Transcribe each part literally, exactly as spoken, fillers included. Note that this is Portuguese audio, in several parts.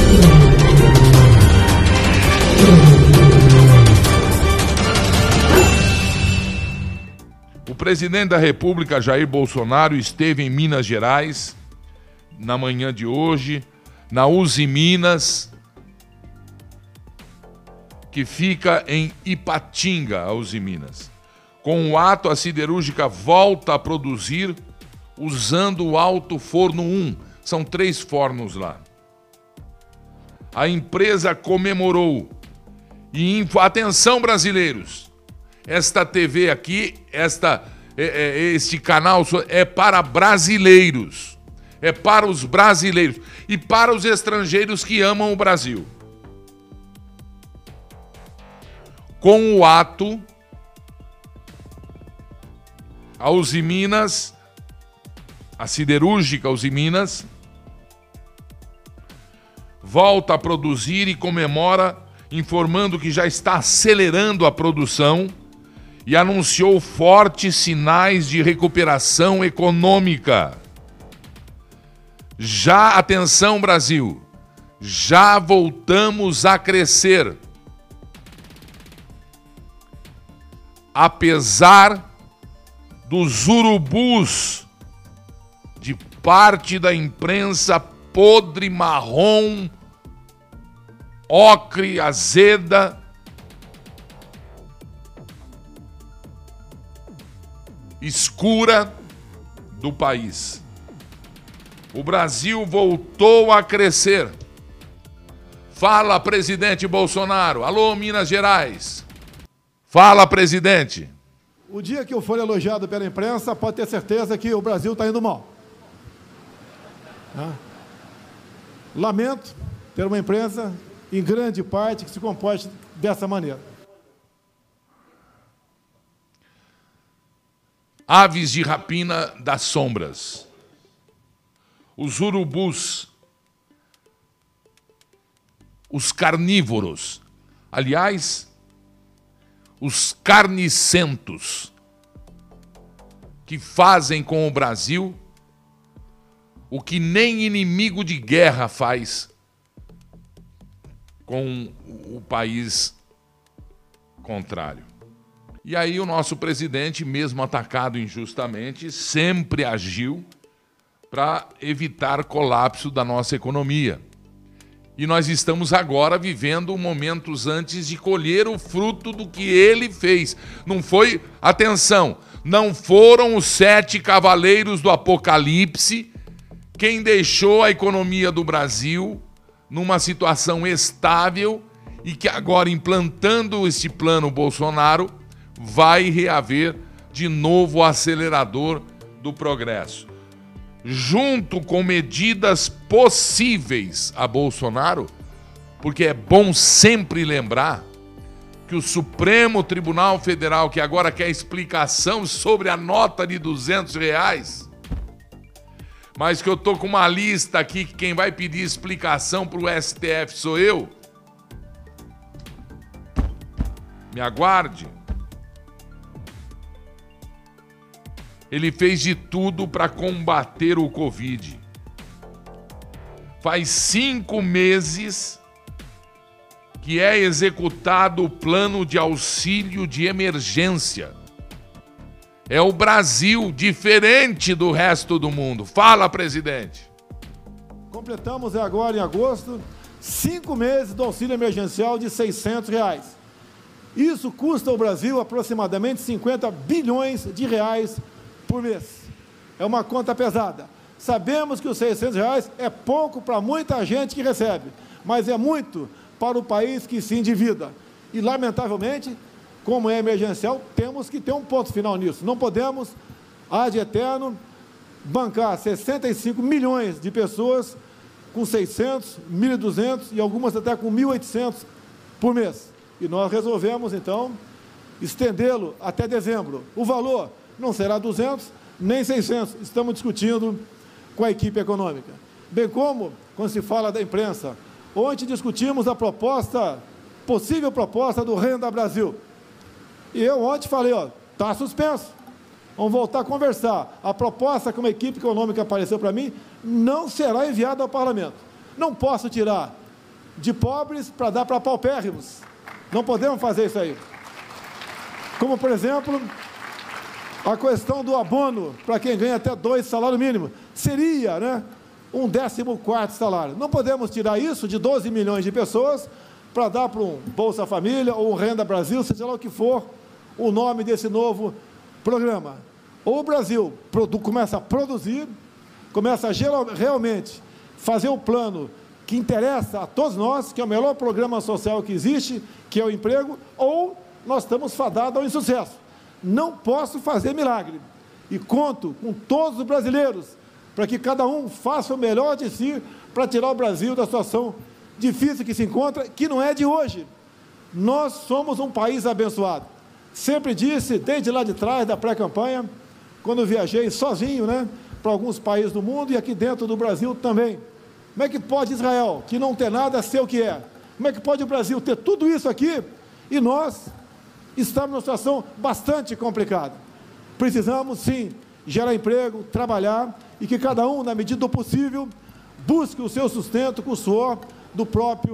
O presidente da República, Jair Bolsonaro, esteve em Minas Gerais na manhã de hoje, na Uzi Minas, que fica em Ipatinga, a Uzi Minas. Com o ato, a siderúrgica volta a produzir usando o Alto Forno um. São três fornos lá. A empresa comemorou. E info... atenção, brasileiros! Esta T V aqui, esta, é, é, este canal é para brasileiros. É para os brasileiros. E para os estrangeiros que amam o Brasil. Com o ato, a Uzi Minas, a siderúrgica Uzi Minas, volta a produzir e comemora, informando que já está acelerando a produção e anunciou fortes sinais de recuperação econômica. Já, atenção Brasil, já voltamos a crescer. Apesar dos urubus de parte da imprensa podre, marrom, ocre, azeda, escura do país. O Brasil voltou a crescer. Fala, presidente Bolsonaro. Alô, Minas Gerais. Fala, presidente. O dia que eu for elogiado pela imprensa, pode ter certeza que o Brasil está indo mal. Lamento ter uma imprensa, em grande parte, que se comporte dessa maneira. Aves de rapina das sombras. Os urubus. Os carnívoros. Aliás, os carnicentos, que fazem com o Brasil o que nem inimigo de guerra faz com o país contrário. E aí o nosso presidente, mesmo atacado injustamente, sempre agiu para evitar colapso da nossa economia. E nós estamos agora vivendo momentos antes de colher o fruto do que ele fez. Não foi, atenção, não foram os sete cavaleiros do Apocalipse quem deixou a economia do Brasil numa situação estável e que agora, implantando esse plano Bolsonaro, vai reaver de novo o acelerador do progresso. Junto com medidas possíveis a Bolsonaro, porque é bom sempre lembrar que o Supremo Tribunal Federal, que agora quer explicação sobre a nota de duzentos reais, mas que eu tô com uma lista aqui que quem vai pedir explicação para o S T F sou eu. Me aguarde. Ele fez de tudo para combater o Covid. Faz cinco meses que é executado o plano de auxílio de emergência. É o Brasil diferente do resto do mundo. Fala, presidente. Completamos agora, em agosto, cinco meses do auxílio emergencial de seiscentos reais. Isso custa ao Brasil aproximadamente cinquenta bilhões de reais por mês. É uma conta pesada. Sabemos que os seiscentos reais é pouco para muita gente que recebe, mas é muito para o país que se endivida. E, lamentavelmente, como é emergencial, temos que ter um ponto final nisso. Não podemos, ad eterno, bancar sessenta e cinco milhões de pessoas com seiscentos, mil e duzentos e algumas até com mil e oitocentos por mês. E nós resolvemos, então, estendê-lo até dezembro. O valor não será duzentos, nem seiscentos. Estamos discutindo com a equipe econômica. Bem como, quando se fala da imprensa, ontem discutimos a proposta, possível proposta do Renda Brasil. E eu ontem falei, ó, está suspenso. Vamos voltar a conversar. A proposta que uma equipe econômica apareceu para mim não será enviada ao parlamento. Não posso tirar de pobres para dar para paupérrimos. Não podemos fazer isso aí. Como, por exemplo, a questão do abono para quem ganha até dois salários mínimos. Seria, né, um décimo quarto salário. Não podemos tirar isso de doze milhões de pessoas para dar para um Bolsa Família ou um Renda Brasil, seja lá o que for o nome desse novo programa. Ou o Brasil começa a produzir, começa a geral, realmente fazer o plano que interessa a todos nós, que é o melhor programa social que existe, que é o emprego, ou nós estamos fadados ao insucesso. Não posso fazer milagre. E conto com todos os brasileiros para que cada um faça o melhor de si para tirar o Brasil da situação difícil que se encontra, que não é de hoje. Nós somos um país abençoado. Sempre disse, desde lá de trás da pré-campanha, quando viajei sozinho, né, para alguns países do mundo e aqui dentro do Brasil também. Como é que pode Israel, que não tem nada, ser o que é? Como é que pode o Brasil ter tudo isso aqui e nós estamos numa situação bastante complicada? Precisamos, sim, gerar emprego, trabalhar e que cada um, na medida do possível, busque o seu sustento com o suor do próprio...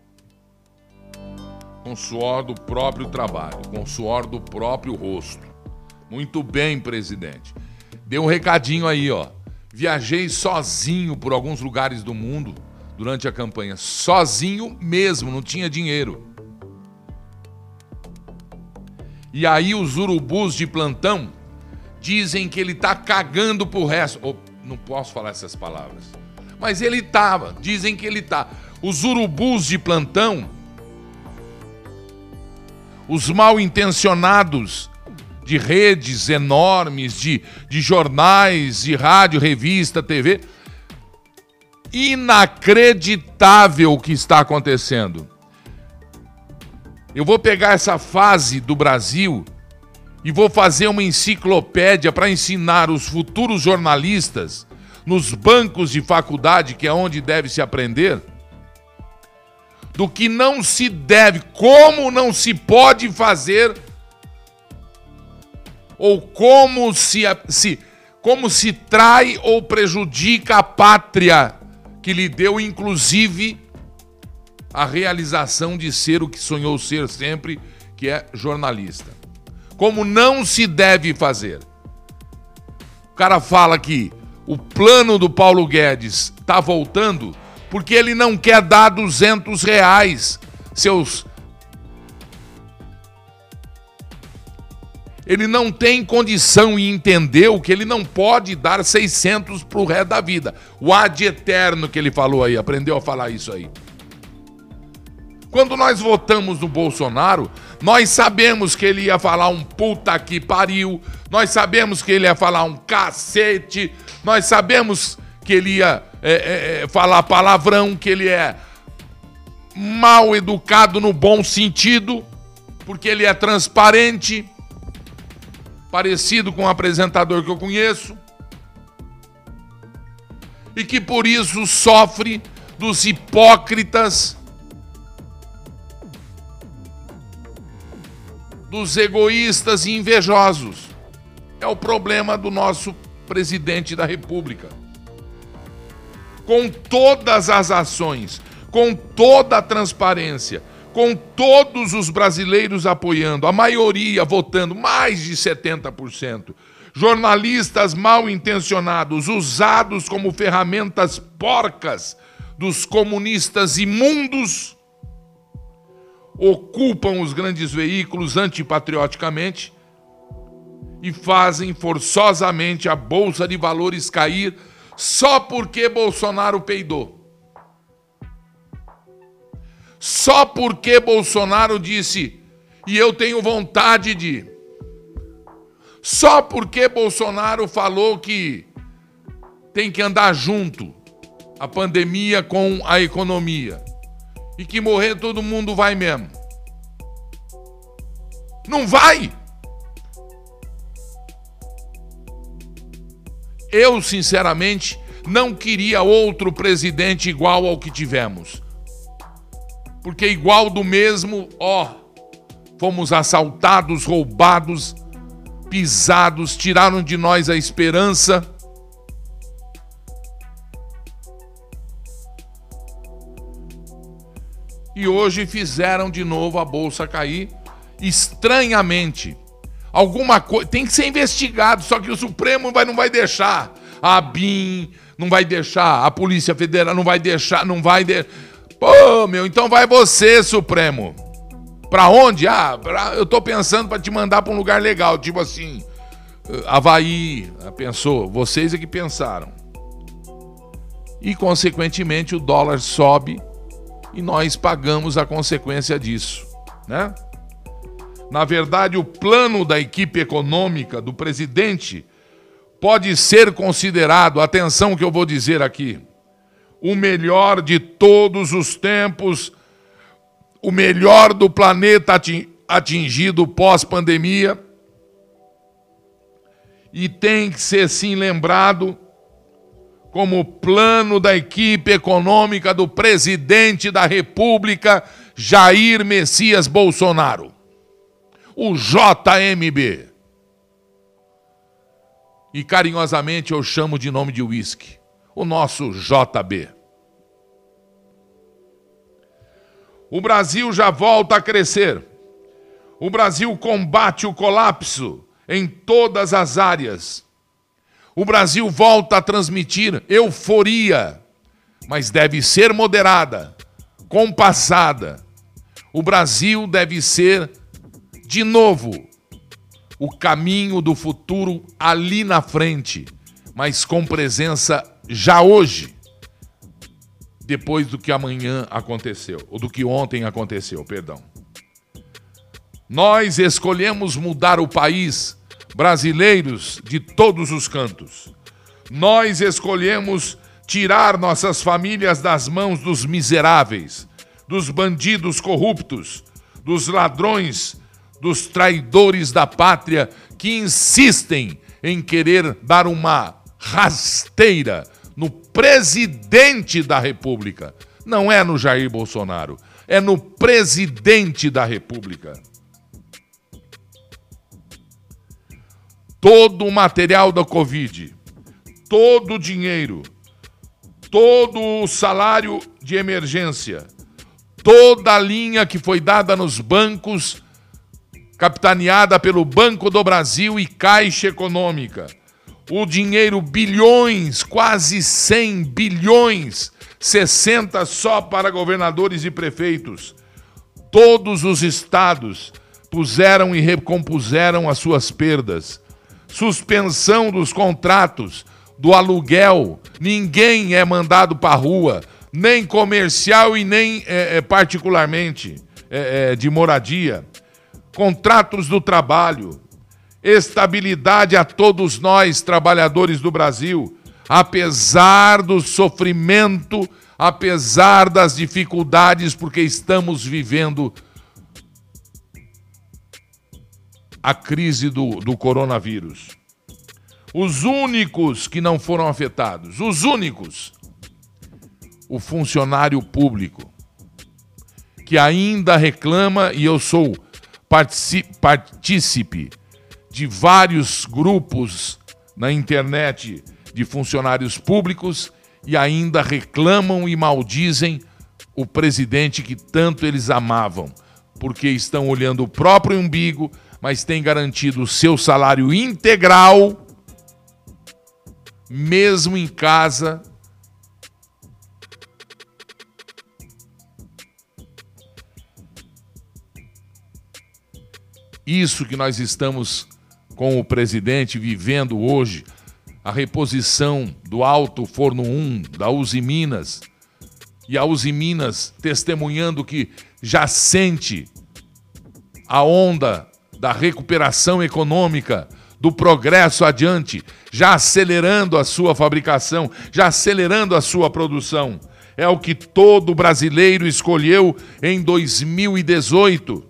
Com o suor do próprio trabalho, com o suor do próprio rosto. Muito bem, presidente. Deu um recadinho aí, ó. Viajei sozinho por alguns lugares do mundo durante a campanha. Sozinho mesmo, não tinha dinheiro. E aí os urubus de plantão dizem que ele tá cagando pro resto. Oh, não posso falar essas palavras. Mas ele tava, dizem que ele tá. Os urubus de plantão, os mal intencionados de redes enormes, de, de jornais, de rádio, revista, T V. Inacreditável o que está acontecendo. Eu vou pegar essa fase do Brasil e vou fazer uma enciclopédia para ensinar os futuros jornalistas nos bancos de faculdade, que é onde deve se aprender, do que não se deve, como não se pode fazer, ou como se, se, como se trai ou prejudica a pátria que lhe deu, inclusive, a realização de ser o que sonhou ser sempre, que é jornalista. Como não se deve fazer. O cara fala que o plano do Paulo Guedes está voltando porque ele não quer dar duzentos reais. Seus... Ele não tem condição e entendeu que ele não pode dar seiscentos para o resto da vida. O ad eterno que ele falou aí, aprendeu a falar isso aí. Quando nós votamos no Bolsonaro, nós sabemos que ele ia falar um puta que pariu, nós sabemos que ele ia falar um cacete, nós sabemos que ele ia é, é, falar palavrão, que ele é mal educado no bom sentido, porque ele é transparente, parecido com um apresentador que eu conheço, e que por isso sofre dos hipócritas, dos egoístas e invejosos. É o problema do nosso presidente da República. Com todas as ações, com toda a transparência, com todos os brasileiros apoiando, a maioria votando, mais de setenta por cento, jornalistas mal intencionados, usados como ferramentas porcas dos comunistas imundos, ocupam os grandes veículos antipatrioticamente e fazem forçosamente a Bolsa de Valores cair só porque Bolsonaro peidou. Só porque Bolsonaro disse, e eu tenho vontade de. Só porque Bolsonaro falou que tem que andar junto a pandemia com a economia. E que morrer todo mundo vai mesmo. Não vai! Eu, sinceramente, não queria outro presidente igual ao que tivemos. Porque igual do mesmo, ó, fomos assaltados, roubados, pisados, tiraram de nós a esperança. E hoje fizeram de novo a bolsa cair, estranhamente. Alguma coisa tem que ser investigado, só que o Supremo vai, não vai deixar. A BIM não vai deixar, a Polícia Federal não vai deixar, não vai... De... Pô, meu, então vai você, Supremo. Pra onde? Ah, pra... eu tô pensando pra te mandar pra um lugar legal, tipo assim, Havaí. Pensou? Vocês é que pensaram. E, consequentemente, o dólar sobe e nós pagamos a consequência disso, né? Na verdade, o plano da equipe econômica do presidente pode ser considerado, atenção que eu vou dizer aqui, o melhor de todos os tempos, o melhor do planeta atingido pós-pandemia, e tem que ser sim lembrado como o plano da equipe econômica do presidente da República, Jair Messias Bolsonaro, o J M B. E carinhosamente eu chamo de nome de uísque, o nosso J B. O Brasil já volta a crescer. O Brasil combate o colapso em todas as áreas. O Brasil volta a transmitir euforia, mas deve ser moderada, compassada. O Brasil deve ser, de novo, o caminho do futuro ali na frente, mas com presença já hoje, depois do que amanhã aconteceu, ou do que ontem aconteceu, perdão. Nós escolhemos mudar o país, brasileiros de todos os cantos. Nós escolhemos tirar nossas famílias das mãos dos miseráveis, dos bandidos corruptos, dos ladrões, dos traidores da pátria que insistem em querer dar uma rasteira no presidente da República. Não é no Jair Bolsonaro, é no presidente da República. Todo o material da Covid, todo o dinheiro, todo o salário de emergência, toda a linha que foi dada nos bancos, capitaneada pelo Banco do Brasil e Caixa Econômica, o dinheiro, bilhões, quase cem bilhões, sessenta só para governadores e prefeitos. Todos os estados puseram e recompuseram as suas perdas. Suspensão dos contratos, do aluguel, ninguém é mandado para a rua, nem comercial e nem é, é, particularmente é, é, de moradia. Contratos do trabalho, estabilidade a todos nós, trabalhadores do Brasil, apesar do sofrimento, apesar das dificuldades, porque estamos vivendo a crise do, do coronavírus. Os únicos que não foram afetados, os únicos, o funcionário público, que ainda reclama, e eu sou partícipe de vários grupos na internet de funcionários públicos e ainda reclamam e maldizem o presidente que tanto eles amavam, porque estão olhando o próprio umbigo, mas têm garantido o seu salário integral, mesmo em casa, isso que nós estamos com o presidente vivendo hoje, a reposição do Alto Forno um, da Uzi Minas, e a Uzi Minas testemunhando que já sente a onda da recuperação econômica, do progresso adiante, já acelerando a sua fabricação, já acelerando a sua produção. É o que todo brasileiro escolheu em dois mil e dezoito.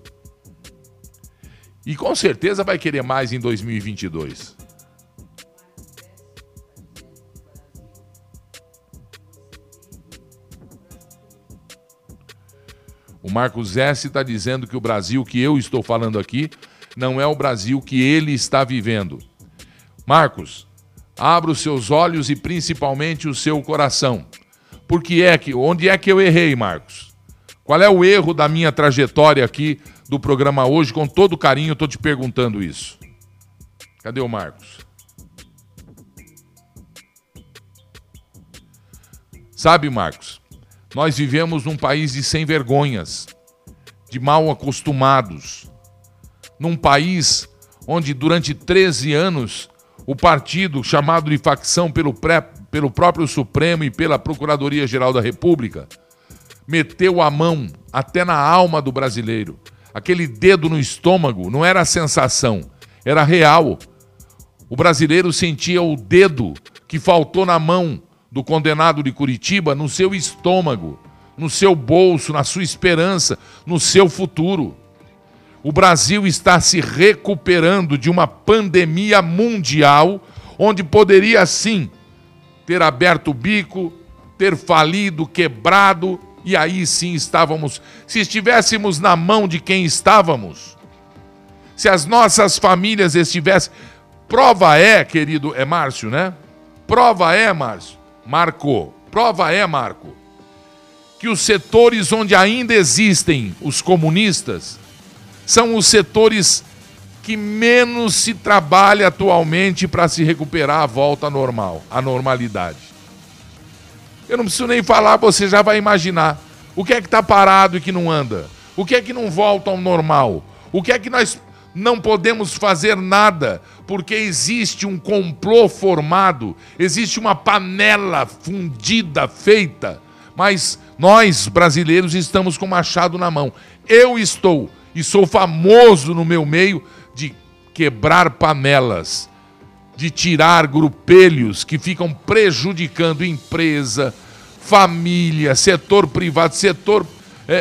E com certeza vai querer mais em dois mil e vinte e dois. O Marcos S. está dizendo que o Brasil que eu estou falando aqui não é o Brasil que ele está vivendo. Marcos, abra os seus olhos e principalmente o seu coração. Porque é que, onde é que eu errei, Marcos? Qual é o erro da minha trajetória aqui do programa hoje? Com todo carinho, eu estou te perguntando isso. Cadê o Marcos? Sabe, Marcos, nós vivemos num país de sem vergonhas, de mal acostumados, num país onde durante treze anos o partido chamado de facção pelo, pré, pelo próprio Supremo e pela Procuradoria-Geral da República meteu a mão até na alma do brasileiro. Aquele dedo no estômago não era sensação, era real. O brasileiro sentia o dedo que faltou na mão do condenado de Curitiba no seu estômago, no seu bolso, na sua esperança, no seu futuro. O Brasil está se recuperando de uma pandemia mundial, onde poderia sim ter aberto o bico, ter falido, quebrado, e aí sim estávamos, se estivéssemos na mão de quem estávamos, se as nossas famílias estivessem, prova é, querido, é Márcio, né? Prova é, Márcio, Marco, prova é, Marco, que os setores onde ainda existem os comunistas são os setores que menos se trabalha atualmente para se recuperar a volta normal, à normalidade. Eu não preciso nem falar, você já vai imaginar. O que é que está parado e que não anda? O que é que não volta ao normal? O que é que nós não podemos fazer nada porque existe um complô formado, existe uma panela fundida, feita, mas nós, brasileiros, estamos com o machado na mão. Eu estou, e sou famoso no meu meio, de quebrar panelas, de tirar grupelhos que ficam prejudicando empresa, família, setor privado, setor é, é,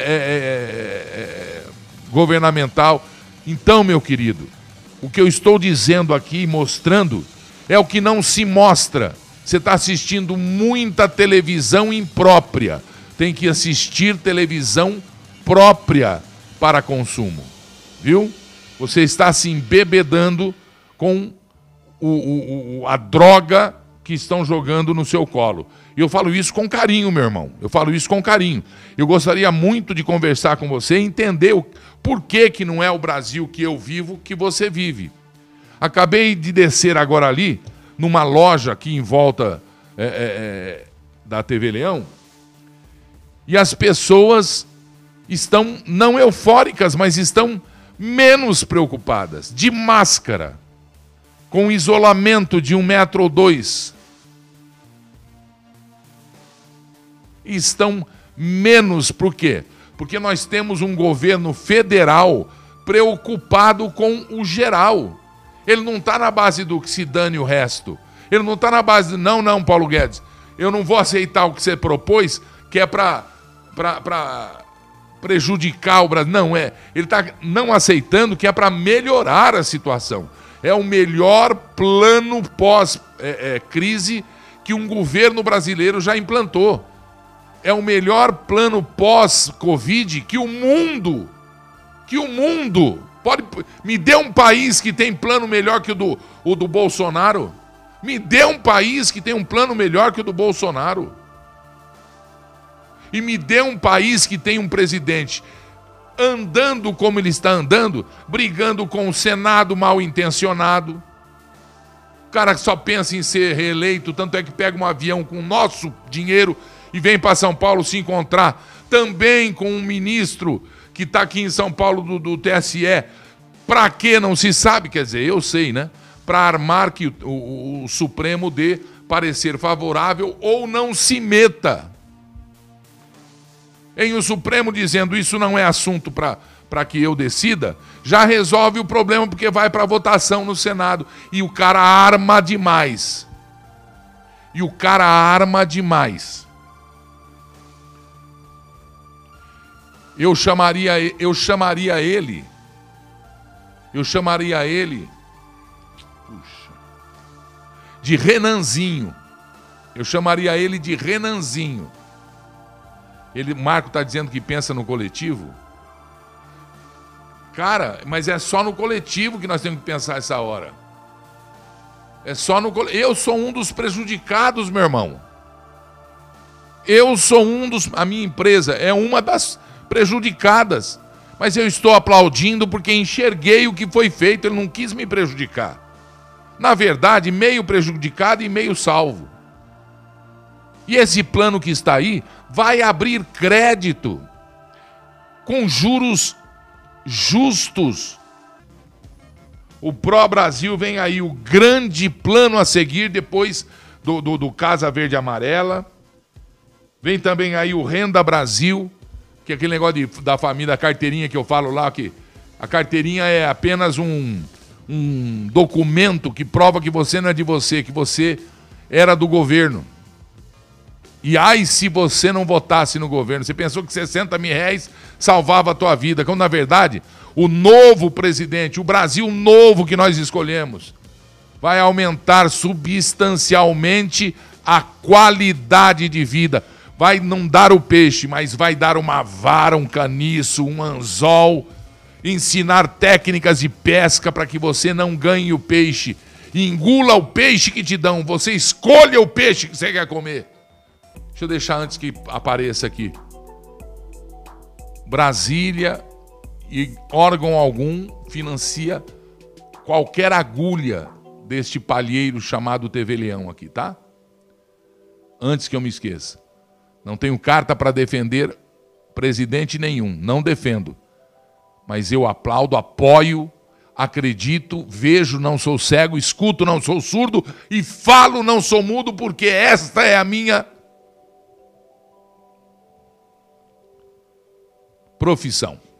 é, governamental. Então, meu querido, o que eu estou dizendo aqui, mostrando, é o que não se mostra. Você está assistindo muita televisão imprópria. Tem que assistir televisão própria para consumo. Viu? Você está se embebedando com o, o, o, a droga que estão jogando no seu colo. E eu falo isso com carinho, meu irmão. Eu falo isso com carinho. Eu gostaria muito de conversar com você e entender o por que que não é o Brasil que eu vivo que você vive. Acabei de descer agora ali, numa loja aqui em volta é, é, é, da T V Leão, e as pessoas estão não eufóricas, mas estão menos preocupadas, de máscara, com isolamento de um metro ou dois. Estão menos, por quê? Porque nós temos um governo federal preocupado com o geral. Ele não está na base do que se dane o resto. Ele não está na base de, não, não, Paulo Guedes, eu não vou aceitar o que você propôs, que é para prejudicar o Brasil. Não, é. Ele está não aceitando que é para melhorar a situação. É o melhor plano pós-crise é, é, que um governo brasileiro já implantou. É o melhor plano pós-Covid que o mundo, que o mundo, pode, me dê um país que tem plano melhor que o do, o do Bolsonaro. Me dê um país que tem um plano melhor que o do Bolsonaro. E me dê um país que tem um presidente andando como ele está andando, brigando com o Senado mal intencionado. O cara que só pensa em ser reeleito, tanto é que pega um avião com o nosso dinheiro e vem para São Paulo se encontrar também com um ministro que está aqui em São Paulo do, do T S E. Para que não se sabe? Quer dizer, eu sei, né? Para armar que o, o, o Supremo dê parecer favorável ou não se meta. Em o Supremo dizendo isso não é assunto para para que eu decida, já resolve o problema porque vai para votação no Senado. E o cara arma demais. E o cara arma demais. Eu chamaria, eu chamaria ele, eu chamaria ele, puxa, de Renanzinho. Eu chamaria ele de Renanzinho. Ele, Marco está dizendo que pensa no coletivo. Cara, mas é só no coletivo que nós temos que pensar essa hora. É só no coletivo. Eu sou um dos prejudicados, meu irmão. Eu sou um dos... A minha empresa é uma das... prejudicadas. Mas eu estou aplaudindo porque enxerguei o que foi feito, ele não quis me prejudicar. Na verdade, meio prejudicado e meio salvo. E esse plano que está aí vai abrir crédito com juros justos. O Pró-Brasil vem aí, o grande plano a seguir depois do, do, do Casa Verde Amarela. Vem também aí o Renda Brasil, que é aquele negócio de, da família, da carteirinha que eu falo lá, que a carteirinha é apenas um, um documento que prova que você não é de você, que você era do governo. E ai se você não votasse no governo. Você pensou que sessenta mil reais salvava a tua vida, quando na verdade o novo presidente, o Brasil novo que nós escolhemos, vai aumentar substancialmente a qualidade de vida. Vai não dar o peixe, mas vai dar uma vara, um caniço, um anzol, ensinar técnicas de pesca para que você não ganhe o peixe, engula o peixe que te dão, você escolha o peixe que você quer comer. Deixa eu deixar antes que apareça aqui. Brasília e órgão algum financia qualquer agulha deste palheiro chamado T V Leão aqui, tá? Antes que eu me esqueça. Não tenho carta para defender presidente nenhum, não defendo. Mas eu aplaudo, apoio, acredito, vejo, não sou cego, escuto, não sou surdo e falo, não sou mudo, porque esta é a minha profissão.